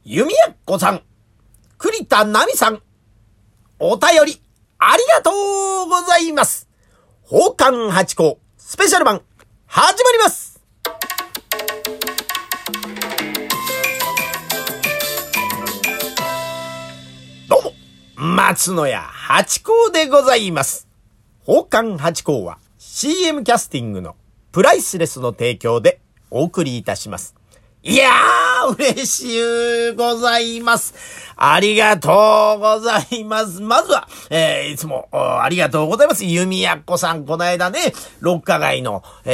弓矢子さん、栗田奈美さん、お便りありがとうございます。宝冠八甲スペシャル版始まります。どうも、松野屋八甲でございます。宝冠八甲は CM キャスティングのプライスレスの提供でお送りいたします。いやー、嬉しゅうございます。ありがとうございます。まずは、いつもありがとうございます。弓矢子さん、この間ね、六花街の、見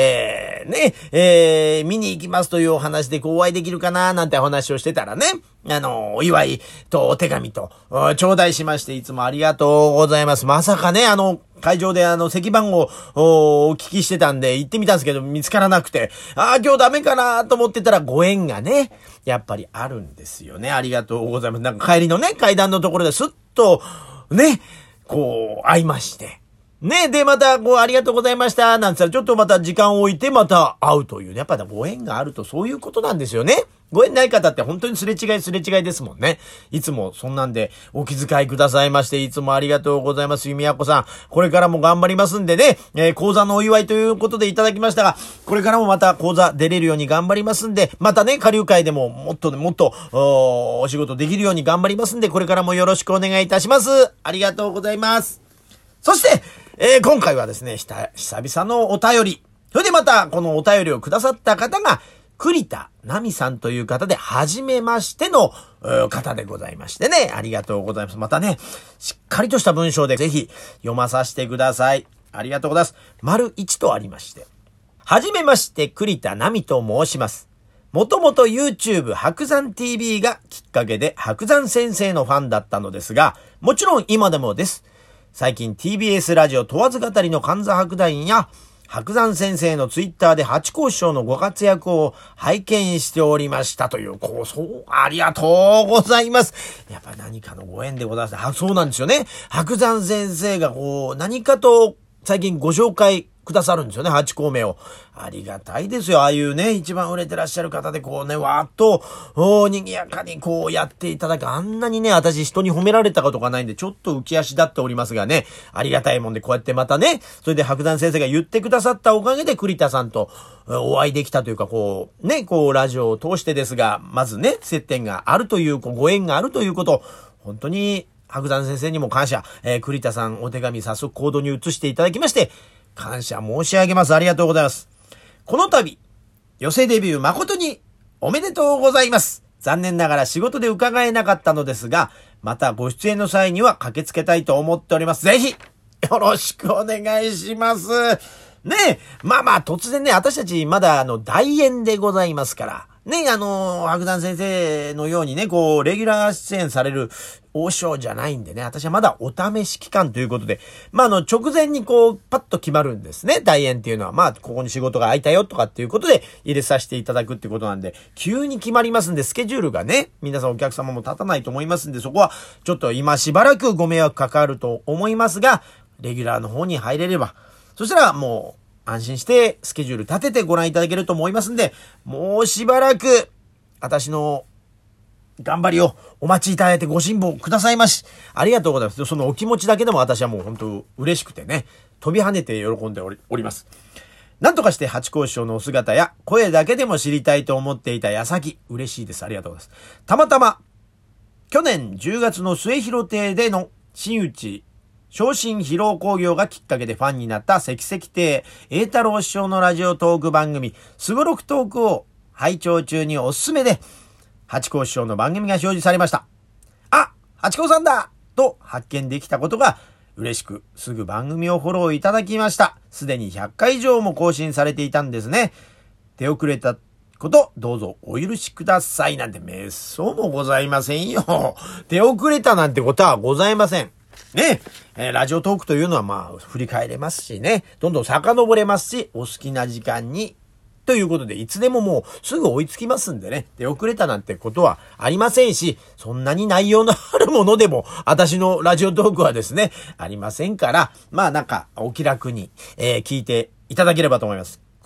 に行きますというお話でお会いできるかななんてお話をしてたらね、お祝いとお手紙と頂戴しまして、いつもありがとうございます。まさかね、会場で席番号お聞きしてたんで行ってみたんですけど見つからなくて、今日ダメかなと思ってたらご縁がね、やっぱりあるんですよね。ありがとうございます。なんか帰りのね、階段のところでスッとね、こう会いまして。ね、で、また、ありがとうございました、なんつったら、ちょっとまた時間を置いて、また会うというね。やっぱご縁があるとそういうことなんですよね。ご縁ない方って本当にすれ違いですもんね。いつもそんなんでお気遣いくださいまして、いつもありがとうございます。弓矢子さん。これからも頑張りますんでね、講座のお祝いということでいただきましたが、これからもまた講座出れるように頑張りますんで、またね、下流会でももっとお仕事できるように頑張りますんで、これからもよろしくお願いいたします。ありがとうございます。そして、今回はですね、久々のお便り。それでまた、このお便りをくださった方が、栗田奈美さんという方で、初めましての方でございましてね。ありがとうございます。またね、しっかりとした文章でぜひ読まさせてください。ありがとうございます。丸1とありまして。はじめまして、栗田奈美と申します。もともと YouTube 白山 TV がきっかけで白山先生のファンだったのですが、もちろん今でもです。最近 TBS ラジオ問わず語りの神座白団員や白山先生のツイッターで八甲師匠のご活躍を拝見しておりましたという、ありがとうございます。やっぱ何かのご縁でございます。そうなんですよね。白山先生が何かと最近ご紹介くださるんですよね、八甲目を。ありがたいですよ。ああいうね、一番売れてらっしゃる方でわーっと、賑やかにやっていただく。あんなにね、私人に褒められたことがないんで、ちょっと浮き足立っておりますがね、ありがたいもんで、こうやってまたね、それで白山先生が言ってくださったおかげで栗田さんとお会いできたというか、ラジオを通してですが、まずね、接点があるという、ご縁があるということ、本当に白山先生にも感謝。栗田さんお手紙早速行動に移していただきまして、感謝申し上げます。ありがとうございます。この度、寄席デビュー誠におめでとうございます。残念ながら仕事で伺えなかったのですが、またご出演の際には駆けつけたいと思っております。ぜひ、よろしくお願いします。ねえ、突然ね、私たちまだ大演でございますから、ね、白山先生のようにね、レギュラー出演される王将じゃないんでね、私はまだお試し期間ということで、直前にパッと決まるんですね、大演っていうのは。ここに仕事が空いたよとかっていうことで入れさせていただくってことなんで、急に決まりますんで、スケジュールがね、皆さんお客様も立たないと思いますんで、そこはちょっと今しばらくご迷惑かかると思いますが、レギュラーの方に入れれば、そしたらもう、安心してスケジュール立ててご覧いただけると思いますんで、もうしばらく私の頑張りをお待ちいただいてご辛抱くださいまし。ありがとうございます。そのお気持ちだけでも私はもう本当嬉しくてね、飛び跳ねて喜んでおります。なんとかして八甲師匠のお姿や声だけでも知りたいと思っていた矢先、嬉しいです。ありがとうございます。たまたま去年10月の末広亭での真打ち昇進披露興行がきっかけでファンになった関石亭栄太郎師匠のラジオトーク番組すごろくトークを拝聴中におすすめで八甲師匠の番組が表示されました。あ、八甲さんだと発見できたことが嬉しく、すぐ番組をフォローいただきました。すでに100回以上も更新されていたんですね。手遅れたことどうぞお許しください。なんてめっそうもございませんよ。手遅れたなんてことはございません。ね、ラジオトークというのは振り返れますしね、どんどん遡れますし、お好きな時間にということで、いつでももうすぐ追いつきますんでね、出遅れたなんてことはありませんし、そんなに内容のあるものでも私のラジオトークはですね、ありませんから、お気楽に、聞いていただければと思います。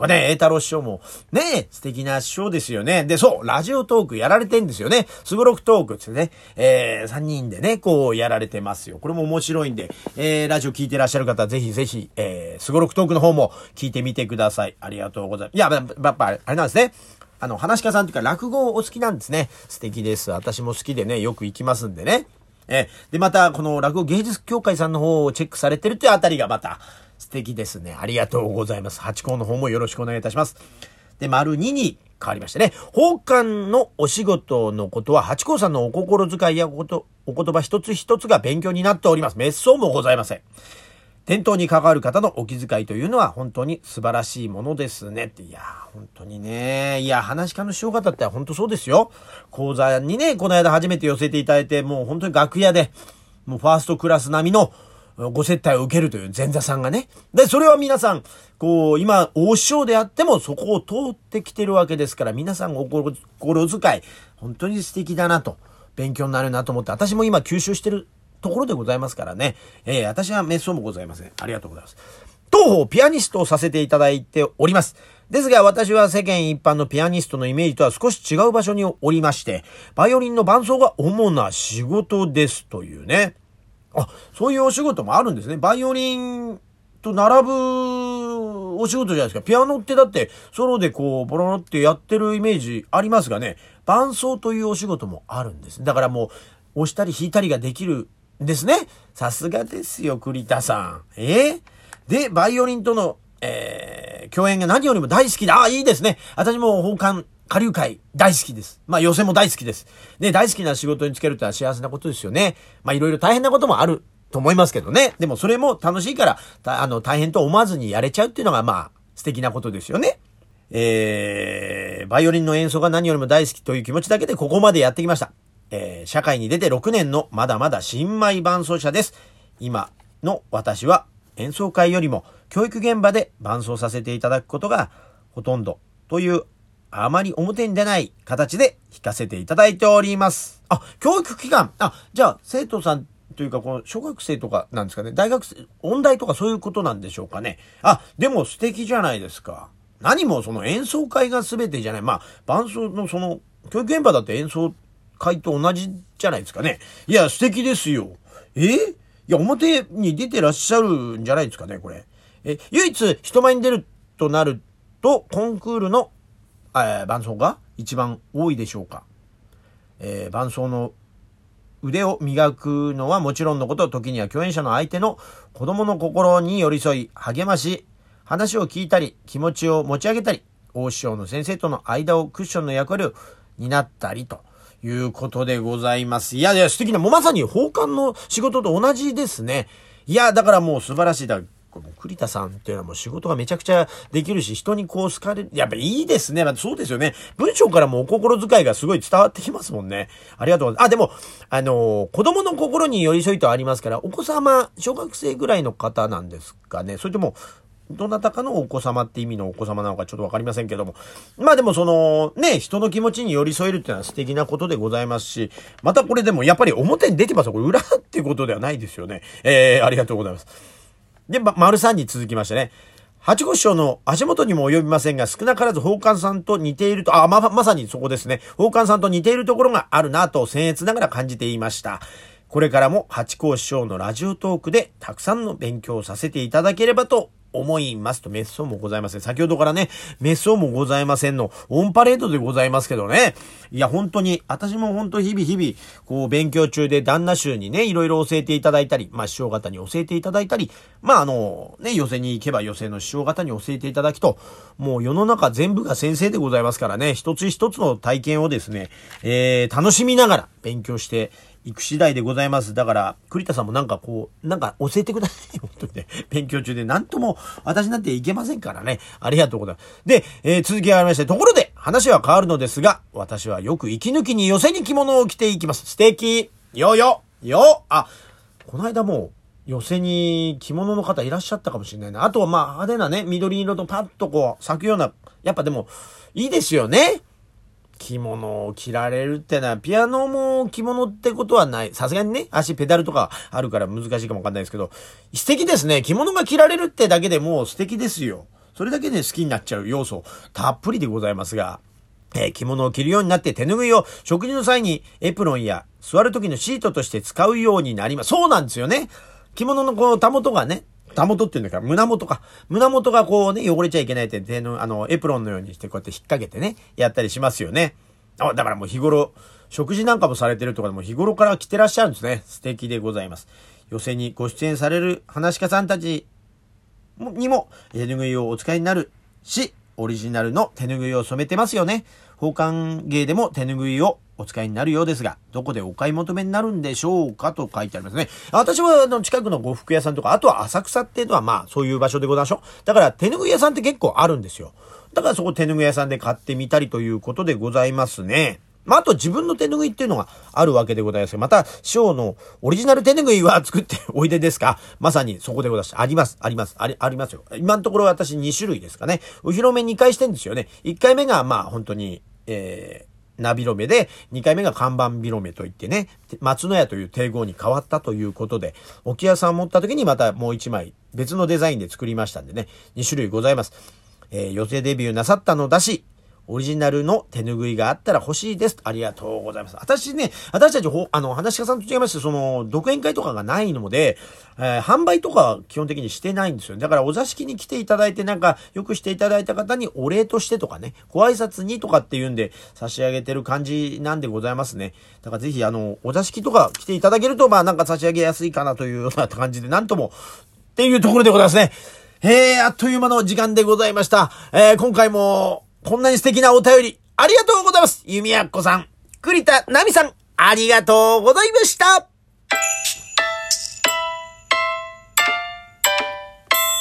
これね、栄太郎師匠も、ね、素敵な師匠ですよね。で、そう、ラジオトークやられてんですよね。すごろくトークってね、3人でね、こうやられてますよ。これも面白いんで、ラジオ聞いてらっしゃる方はぜひぜひ、すごろくトークの方も聞いてみてください。ありがとうございます。いや、やっぱあれなんですね。話し家さんっていうか落語お好きなんですね。素敵です。私も好きでね、よく行きますんでね。で、また、この落語芸術協会さんの方をチェックされてるっていうあたりがまた素敵ですね。ありがとうございます。8校の方もよろしくお願いいたします。で、丸2に変わりましてね。奉還のお仕事のことは、八甲さんのお心遣いやお言葉一つ一つが勉強になっております。滅相もございません。店頭に関わる方のお気遣いというのは本当に素晴らしいものですねって。いやー、本当にね。いや、話し家の師匠方って本当そうですよ。講座にね、この間初めて寄せていただいて、もう本当に楽屋で、もうファーストクラス並みのご接待を受けるという前座さんがね。で、それは皆さん、こう、今、大師匠であってもそこを通ってきてるわけですから、皆さんお心遣い、本当に素敵だなと、勉強になるなと思って、私も今吸収してるところでございますからね。私は滅相もございません。ありがとうございます。当方、ピアニストをさせていただいております。ですが、私は世間一般のピアニストのイメージとは少し違う場所におりまして、バイオリンの伴奏が主な仕事ですというね。あ、そういうお仕事もあるんですね。バイオリンと並ぶお仕事じゃないですか。ピアノってだってソロでこうボロロってやってるイメージありますがね、伴奏というお仕事もあるんです。だからもう押したり弾いたりができるんですね。さすがですよ、栗田さん。で、バイオリンとの、共演が何よりも大好きだ。いいですね。私も奉還下流会大好きです。まあ予選も大好きです。ね、大好きな仕事に就けるってのは幸せなことですよね。まあいろいろ大変なこともあると思いますけどね。でもそれも楽しいから、大変と思わずにやれちゃうっていうのがまあ素敵なことですよね。バイオリンの演奏が何よりも大好きという気持ちだけでここまでやってきました。社会に出て6年のまだまだ新米伴奏者です。今の私は演奏会よりも教育現場で伴奏させていただくことがほとんどというあまり表に出ない形で弾かせていただいております。あ、教育機関。じゃあ生徒さんというかこの小学生とかなんですかね。大学生、音大とかそういうことなんでしょうかね。でも素敵じゃないですか。何もその演奏会が全てじゃない。まあ伴奏のその教育現場だって演奏会と同じじゃないですかね。いや、素敵ですよ。いや、表に出てらっしゃるんじゃないですかね、これ。唯一人前に出るとなると、コンクールの、伴奏が一番多いでしょうか。伴奏の腕を磨くのはもちろんのこと、時には共演者の相手の子供の心に寄り添い、励まし、話を聞いたり、気持ちを持ち上げたり、大師匠の先生との間をクッションの役割を担ったりと。いうことでございます。いや、素敵な、もうまさに奉還の仕事と同じですね。いや、だからもう素晴らしい。栗田さんっていうのはもう仕事がめちゃくちゃできるし、人にこう好かれる。やっぱりいいですね。そうですよね。文章からもお心遣いがすごい伝わってきますもんね。ありがとうございます。でも、子供の心に寄り添いとありますから、お子様、小学生ぐらいの方なんですかね。それとも、どなたかのお子様って意味のお子様なのかちょっとわかりませんけども。まあでもそのね、人の気持ちに寄り添えるっていうのは素敵なことでございますし、またこれでもやっぱり表に出てますよ。これ裏っていうことではないですよね。ありがとうございます。で、丸3に続きましてね。八五師匠の足元にも及びませんが、少なからず奉還さんと似ていると、まさにそこですね。奉還さんと似ているところがあるなと僭越ながら感じていました。これからも八甲師匠のラジオトークでたくさんの勉強をさせていただければと思いますと。滅相もございません。先ほどからね、滅相もございませんのオンパレードでございますけどね。いや、本当に、私も本当日々、こう、勉強中で旦那衆にね、いろいろ教えていただいたり、まあ、師匠方に教えていただいたり、まあ、寄席に行けば寄席の師匠方に教えていただきと、もう世の中全部が先生でございますからね、一つ一つの体験をですね、楽しみながら勉強して、行く次第でございます。だから、栗田さんもなんか教えてください。本当にね。勉強中でなんとも私なんていけませんからね。ありがとうございます。で、続きがありまして、ところで話は変わるのですが、私はよく息抜きに寄席に着物を着ていきます。素敵。この間も寄席に着物の方いらっしゃったかもしれないな。あとはまあ派手なね、緑色とパッとこう咲くような、やっぱでもいいですよね。着物を着られるってのは、ピアノも着物ってことはない。さすがにね、足ペダルとかあるから難しいかもわかんないですけど、素敵ですね。着物が着られるってだけでもう素敵ですよ。 それだけで好きになっちゃう要素たっぷりでございますが、着物を着るようになって手拭いを食事の際にエプロンや座る時のシートとして使うようになります。そうなんですよね。着物のこう、たもとがね、たもとっていうんだから、胸元か。胸元がこうね、汚れちゃいけないって手の、エプロンのようにしてこうやって引っ掛けてね、やったりしますよね。だからもう日頃、食事なんかもされてるとかでも日頃から着てらっしゃるんですね。素敵でございます。寄席にご出演される話し家さんたちにも手拭いをお使いになるし、オリジナルの手拭いを染めてますよね。宝冠芸でも手拭いをお使いになるようですが、どこでお買い求めになるんでしょうかと書いてありますね。私は近くの呉服屋さんとか、あとは浅草っていうのはまあそういう場所でございましょう。だから手拭い屋さんって結構あるんですよ。だからそこ手拭い屋さんで買ってみたりということでございますね。あと自分の手拭いっていうのがあるわけでございますが、また師匠のオリジナル手拭いは作っておいでですか？まさにそこでございます。ありますよ。今のところ私2種類ですかね。お披露目2回してんですよね。1回目がまあ本当に、名広めで、2回目が看板広めといってね、松の屋という帝号に変わったということで、置屋さんを持った時にまたもう1枚別のデザインで作りましたんでね、2種類ございます。寄席デビューなさったのだし、オリジナルの手拭いがあったら欲しいです。ありがとうございます。私たち、話し家さんと違いまして、独演会とかがないので、販売とかは基本的にしてないんですよ。だからお座敷に来ていただいて、よくしていただいた方にお礼としてとかね、ご挨拶にとかっていうんで差し上げてる感じなんでございますね。だからぜひ、お座敷とか来ていただけると、差し上げやすいかなというような感じで、なんとも、っていうところでございますね。あっという間の時間でございました。今回も、こんなに素敵なお便り、ありがとうございます。弓矢子さん、栗田奈美さん、ありがとうございました。